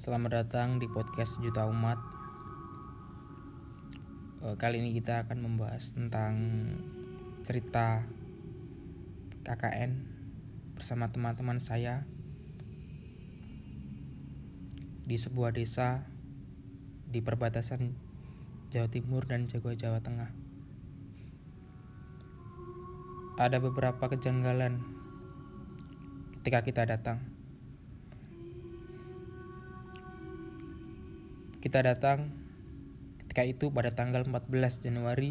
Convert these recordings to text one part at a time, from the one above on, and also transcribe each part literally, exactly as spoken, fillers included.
Selamat datang di podcast Juta Umat. Kali ini kita akan membahas tentang cerita K K N bersama teman-teman saya di sebuah desa di perbatasan Jawa Timur dan Jawa Tengah. Ada beberapa kejanggalan ketika kita datang. Kita datang ketika itu pada tanggal empat belas Januari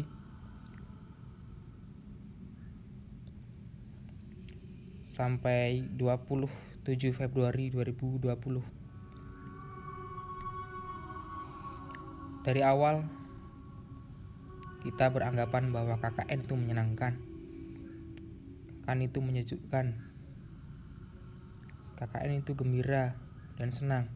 sampai dua puluh tujuh Februari dua ribu dua puluh. Dari awal kita beranggapan bahwa K K N itu menyenangkan, K K N itu menyejukkan, K K N itu gembira dan senang.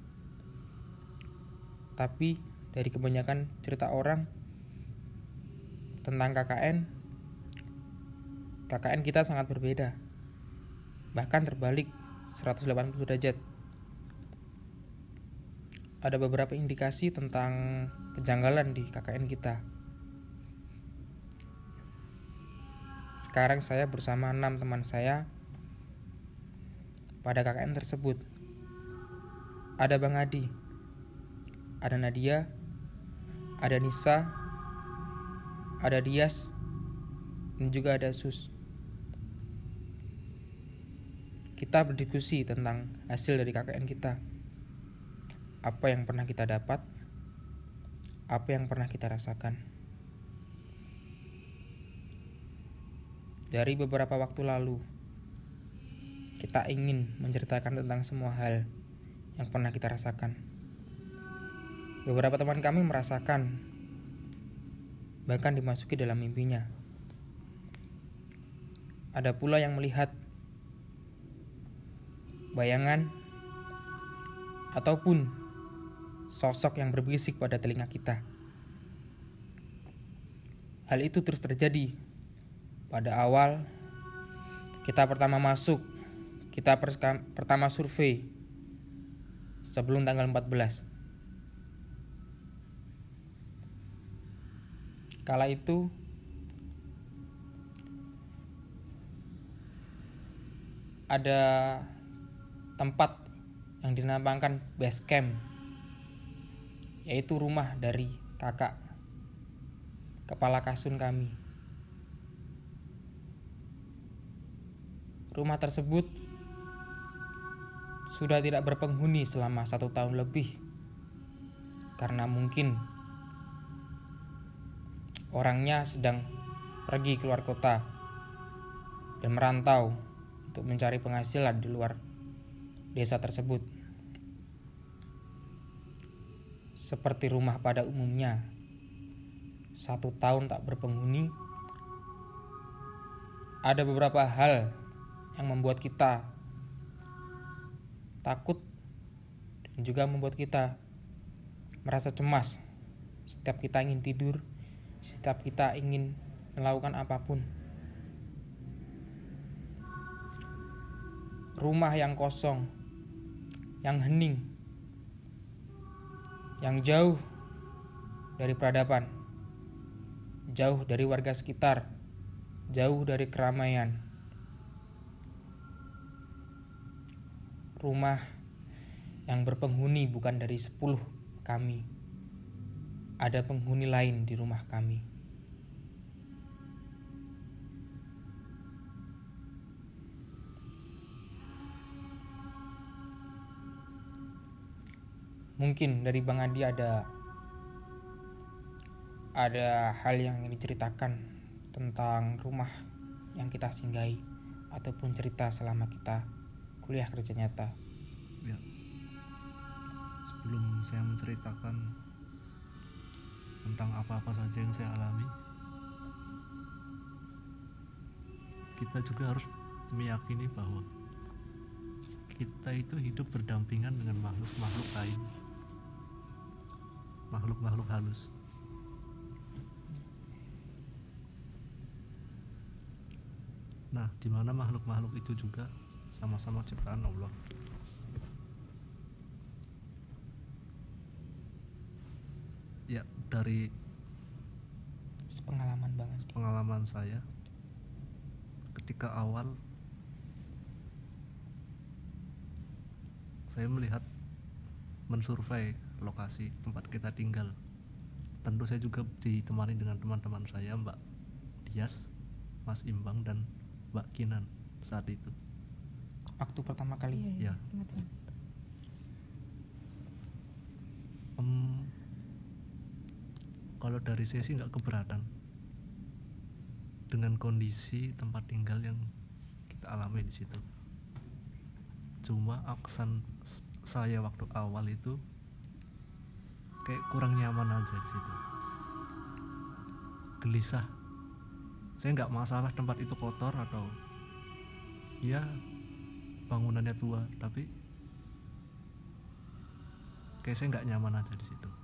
Tapi dari kebanyakan cerita orang tentang K K N, K K N kita sangat berbeda, bahkan terbalik seratus delapan puluh derajat. Ada beberapa indikasi tentang kejanggalan di K K N kita. Sekarang saya bersama enam teman saya pada K K N tersebut. Ada Bang Adi, ada Nadia, ada Nisa, ada Dias, dan juga ada Sus. Kita berdiskusi tentang hasil dari K K N kita. Apa yang pernah kita dapat, apa yang pernah kita rasakan. Dari beberapa waktu lalu, kita ingin menceritakan tentang semua hal yang pernah kita rasakan. Beberapa teman kami merasakan, bahkan dimasuki dalam mimpinya. Ada pula yang melihat bayangan ataupun sosok yang berbisik pada telinga kita. Hal itu terus terjadi. Pada awal kita pertama masuk, kita perska- pertama survei sebelum tanggal empat belas. Kala itu ada tempat yang dinamakan base camp, yaitu rumah dari kakak kepala kasun kami. Rumah tersebut sudah tidak berpenghuni selama satu tahun lebih, karena mungkin orangnya sedang pergi keluar kota dan merantau untuk mencari penghasilan di luar desa tersebut. Seperti rumah pada umumnya, satu tahun tak berpenghuni. Ada beberapa hal yang membuat kita takut dan juga membuat kita merasa cemas setiap kita ingin tidur, setiap kita ingin melakukan apapun. Rumah yang kosong, yang hening, yang jauh dari peradaban, jauh dari warga sekitar, jauh dari keramaian. Rumah yang berpenghuni bukan dari sepuluh kami. Ada penghuni lain di rumah kami. Mungkin dari Bang Adi ada ada hal yang ingin diceritakan tentang rumah yang kita singgahi ataupun cerita selama kita kuliah kerja nyata. Ya. Sebelum saya menceritakan tentang apa-apa saja yang saya alami, kita juga harus meyakini bahwa kita itu hidup berdampingan dengan makhluk-makhluk lain, makhluk-makhluk halus. Nah, di mana makhluk-makhluk itu juga sama-sama ciptaan Allah. ya dari pengalaman banget. Pengalaman saya ketika awal saya melihat mensurvei lokasi tempat kita tinggal. Tentu saya juga ditemani dengan teman-teman saya, Mbak Dias, Mas Imbang, dan Mbak Kinan saat itu. Waktu pertama kali. Iya. Ya. Um, kalau dari saya sih nggak keberatan dengan kondisi tempat tinggal yang kita alami di situ. Cuma aksen saya waktu awal itu kayak kurang nyaman aja di situ, gelisah. Saya nggak masalah tempat itu kotor atau ya bangunannya tua, tapi kayak saya nggak nyaman aja di situ.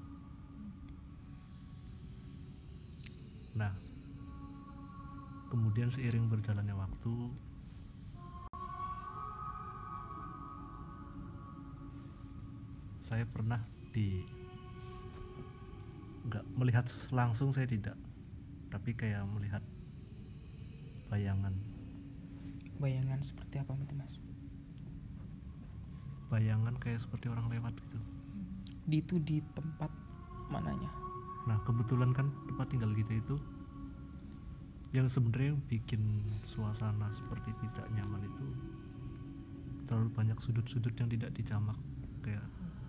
Nah, kemudian seiring berjalannya waktu, saya pernah di nggak melihat langsung, saya tidak, tapi kayak melihat bayangan. Bayangan seperti apa itu, Mas? Bayangan kayak seperti orang lewat gitu. Di itu di tempat mananya? Nah, kebetulan kan tempat tinggal kita itu yang sebenarnya yang bikin suasana seperti tidak nyaman itu terlalu banyak sudut-sudut yang tidak dijamak. Kayak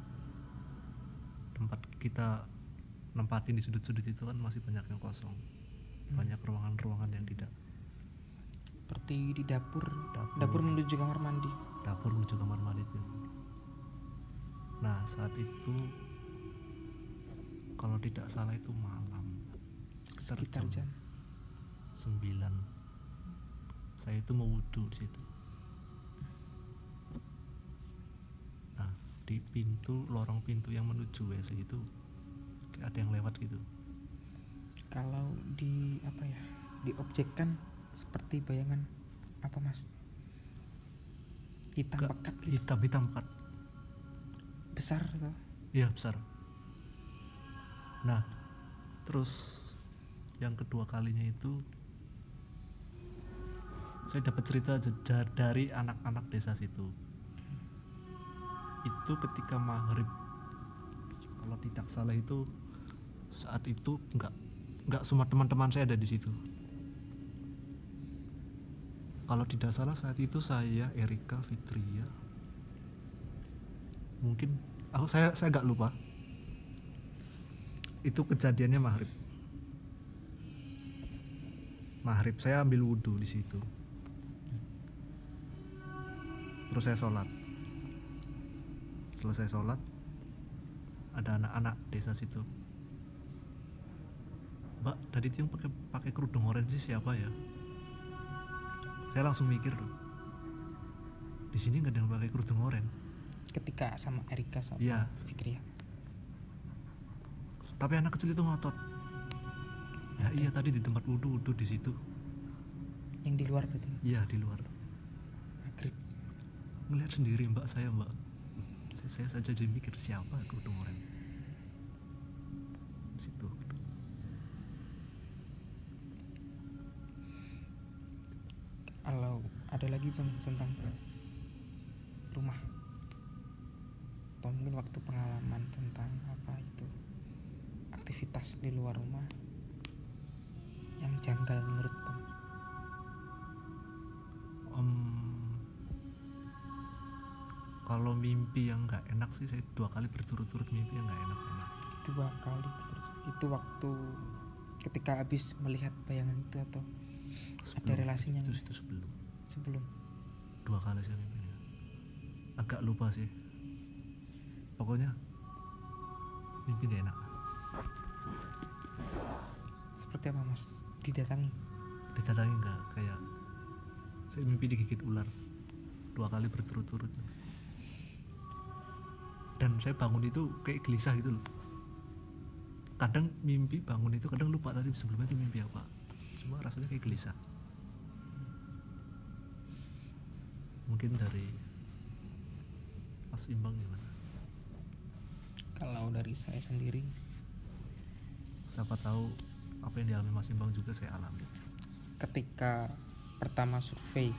tempat kita nempatin di sudut-sudut itu kan masih banyak yang kosong, hmm. banyak ruangan-ruangan yang tidak. Seperti di dapur, dapur, dapur menuju kamar mandi. Dapur menuju kamar mandi itu. Nah, saat itu kalau tidak salah itu malam, sekitar, sekitar jam, jam sembilan. Saya itu mau wudhu di situ. Nah, di pintu, lorong pintu yang menuju W C itu kayak ada yang lewat gitu. Kalau di apa ya, diobjekkan seperti bayangan apa, Mas? Hitam Gak, pekat gitu. Hitam hitam pekat. Besar atau? Iya, besar. Nah, terus yang kedua kalinya itu saya dapat cerita dari anak-anak desa situ. Itu ketika maghrib, kalau tidak salah itu saat itu nggak nggak semua teman-teman saya ada di situ. Kalau tidak salah saat itu saya, Erika, Fitria, mungkin aku saya saya nggak lupa. Itu kejadiannya maghrib. Maghrib saya ambil wudhu di situ. Terus saya sholat. Selesai sholat, ada anak-anak desa situ. Mbak, tadi itu yang pakai pakai kerudung orange siapa ya? Saya langsung mikir loh, di sini nggak ada yang pakai kerudung oranye. Ketika sama Erika sama ya, Fitria. Tapi anak kecil itu ngotot. Ya okay. Iya tadi di tempat wudhu wudhu di situ. Yang di luar berarti? Iya di luar. Maghrib. Ngelihat sendiri mbak saya mbak. Saya, saya saja jadi mikir siapa kerudung oranye. Situ. Kalau ada lagi bang tentang rumah, atau mungkin waktu pengalaman tentang apa itu aktivitas di luar rumah yang janggal menurut bang? Um, kalau mimpi yang nggak enak sih, saya dua kali berturut-turut mimpi yang nggak enak-enak. Dua kali berturut-turut. Itu waktu ketika habis melihat bayangan itu atau sebelum, ada relasinya? Itu, itu sebelum. Sebelum. Dua kali saya mimpinya. Agak lupa sih. Pokoknya mimpi gak enak. Seperti apa mas? Didatangi? Didatangi enggak, kayak saya mimpi digigit ular dua kali berturut-turut. Dan saya bangun itu kayak gelisah gitu loh. Kadang mimpi bangun itu, kadang lupa tadi sebelumnya itu mimpi apa. Cuma rasanya kayak gelisah. Mungkin dari Mas Imbang gimana? Kalau dari saya sendiri, siapa tahu apa yang dialami Mas Imbang juga saya alami. Ketika pertama survei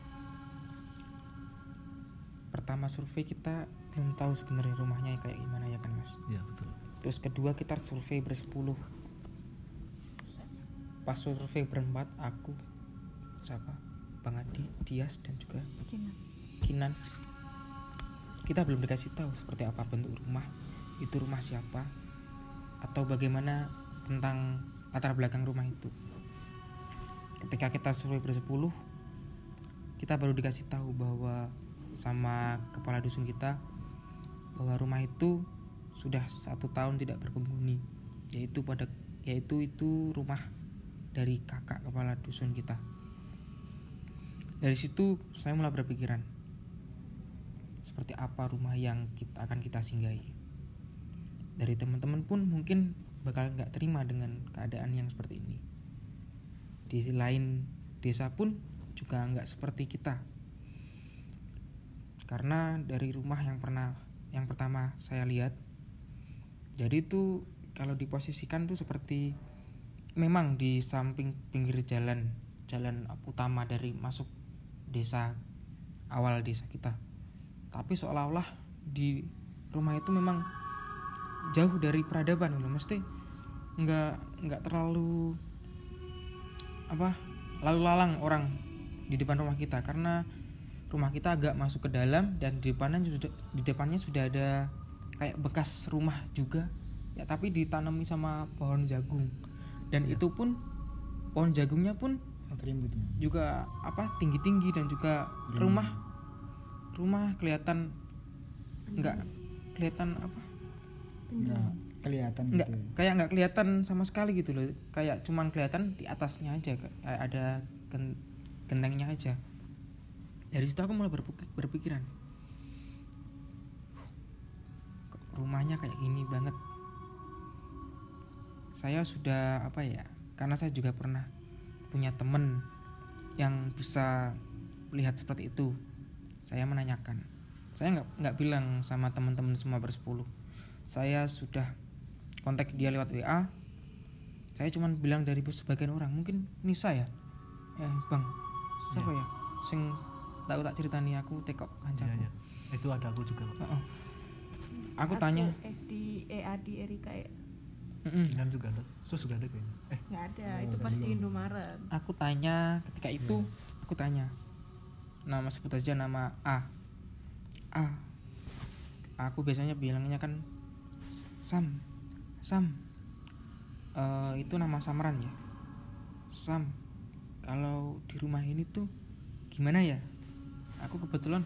pertama survei kita belum tahu sebenarnya rumahnya kayak gimana ya kan Mas. Iya betul. Terus kedua kita survei bersepuluh. Pas survei berempat, aku, siapa, Bang Adi, Dias dan juga Kinan. Kinan. Kita belum dikasih tahu seperti apa bentuk rumah, itu rumah siapa, atau bagaimana tentang latar belakang rumah itu. Ketika kita survei bersepuluh, kita baru dikasih tahu bahwa sama kepala dusun kita bahwa rumah itu sudah satu tahun tidak berpenghuni, yaitu pada yaitu itu rumah dari kakak kepala dusun kita. Dari situ saya mulai berpikiran seperti apa rumah yang kita akan kita singgahi. Dari teman-teman pun mungkin bakal nggak terima dengan keadaan yang seperti ini. Di lain desa pun juga nggak seperti kita. Karena dari rumah yang pernah yang pertama saya lihat, jadi itu kalau diposisikan tuh seperti memang di samping pinggir jalan jalan utama dari masuk desa, awal desa kita. Tapi seolah-olah di rumah itu memang jauh dari peradaban loh, mesti nggak nggak terlalu apa lalu lalang orang di depan rumah kita, karena rumah kita agak masuk ke dalam dan di depannya sudah di depannya sudah ada kayak bekas rumah juga ya, tapi ditanami sama pohon jagung. Dan ya, itu pun pohon jagungnya pun juga apa tinggi-tinggi dan juga Ring. rumah rumah kelihatan nggak kelihatan apa nggak kelihatan nggak gitu. kayak nggak kelihatan sama sekali gitu loh, kayak cuman kelihatan di atasnya aja, kayak ada gentengnya aja. Dari situ aku mulai berpikir, berpikiran rumahnya kayak gini banget. Saya sudah apa ya, karena saya juga pernah punya temen yang bisa melihat seperti itu. Saya menanyakan, saya nggak nggak bilang sama teman-teman semua bersepuluh. Saya sudah kontak dia lewat W A. Saya cuma bilang dari sebagian orang, mungkin Nisa ya, ya bang, siapa ya, sing tahu tak ceritani aku tekok kancaku. Iya, iya. Itu ada aku juga. Oh, oh. Aku tanya. Eh di E A di Erika ya. Kinan juga ada, Sus juga ada kayaknya. Eh, nggak ada, Oh, itu saya pasti belum. Indomaret. Aku tanya ketika itu, Yeah. aku tanya nama, sebut aja nama A. A. Aku biasanya bilangnya kan Sam, Sam. Uh, itu nama samaran ya. Sam. Kalau di rumah ini tuh gimana ya? Aku kebetulan